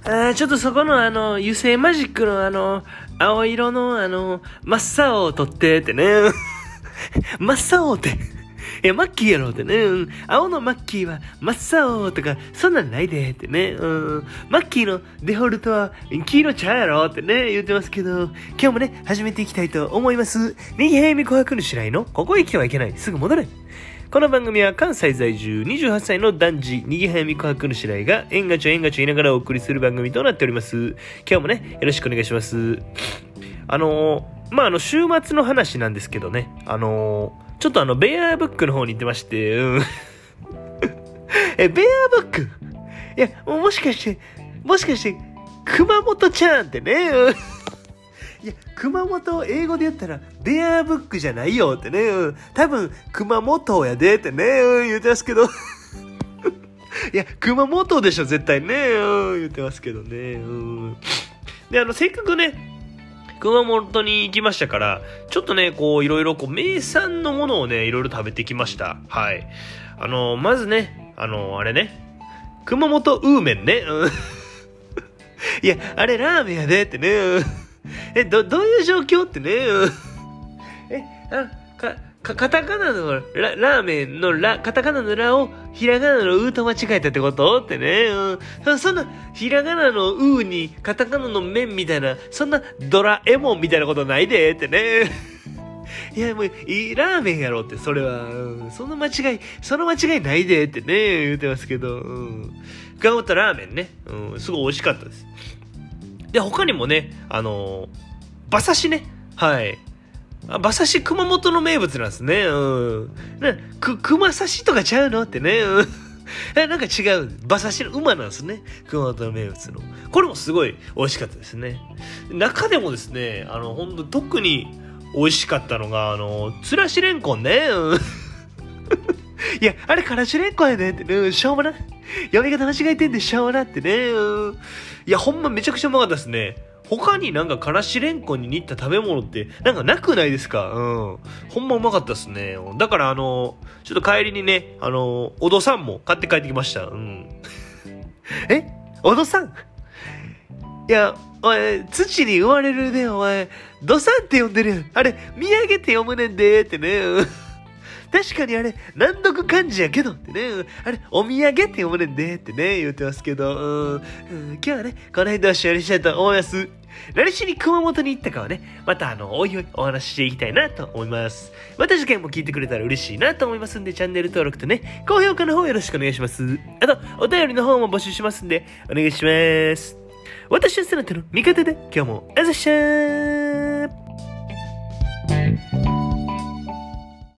ちょっとそこの油性マジックの青色の真っ青を取ってってね。真っ青って。マッキーやろってね。青のマッキーは真っ青とか、そんなんないでってね。マッキーのデフォルトは黄色ちゃうやろってね、言ってますけど、今日もね、始めていきたいと思います。右早見琥珀の白井の、ここへ来てはいけない。すぐ戻れ。この番組は関西在住28歳の男児、にぎはやみ琥珀の白井が、えんがちょ言いながらお送りする番組となっております。今日もね、よろしくお願いします。週末の話なんですけどね、ちょっとベアブックの方に行ってまして、ベアブックいや、もしかして、熊本ちゃんってね、いや、熊本英語で言ったら、ベアブックじゃないよってね、多分、熊本やでってね、言ってますけど、いや、熊本でしょ、絶対ね、言ってますけどね、で、せっかくね、熊本に行きましたから、ちょっとね、こう、いろいろ、名産のものをね、いろいろ食べてきました。はい。まずね、あれね、熊本ウーメンね。いや、あれラーメンやでってね。どういう状況ってね。カタカナのラーメンのカタカナのラをひらがなのウーと間違えたってことってね。そんな、ひらがなのウーにカタカナの麺みたいな、そんなドラえもんみたいなことないでってね。いや、もう、ラーメンやろって、それは。その間違いないでってね、言ってますけど。熊本ラーメンね。すごい美味しかったです。で、他にもね、馬刺しね。はい。馬刺し熊本の名物なんですね。熊刺しとかちゃうのってね。なんか違う。馬刺しの馬なんですね。熊本の名物の。これもすごい美味しかったですね。中でもですね、ほんと特に美味しかったのが、つらしれんこんね。いや、あれからしれんこんやねってね。しょうもな。読み方間違えてんでしょうもなってね。いや、ほんまめちゃくちゃうまかったですね。他になんかからしれんこんに似た食べ物ってなんかなくないですか？ほんまうまかったですね。だからちょっと帰りにね、おどさんも買って帰ってきました。おどさん？いや、お前、土に生まれるね、お前。どさんって呼んでるやん。あれ、土産って読むねんでってね。確かにあれ、難読漢字やけどってね、あれ、お土産って読むねんでってね、言ってますけど、今日はね、この辺でおしまいにしたいと思います。何しに熊本に行ったかはね、またおいおいお話ししていきたいなと思います。また次回も聞いてくれたら嬉しいなと思いますんで、チャンネル登録とね、高評価の方よろしくお願いします。あと、お便りの方も募集しますんで、お願いします。私はそなたの味方で、今日もあざっしゃー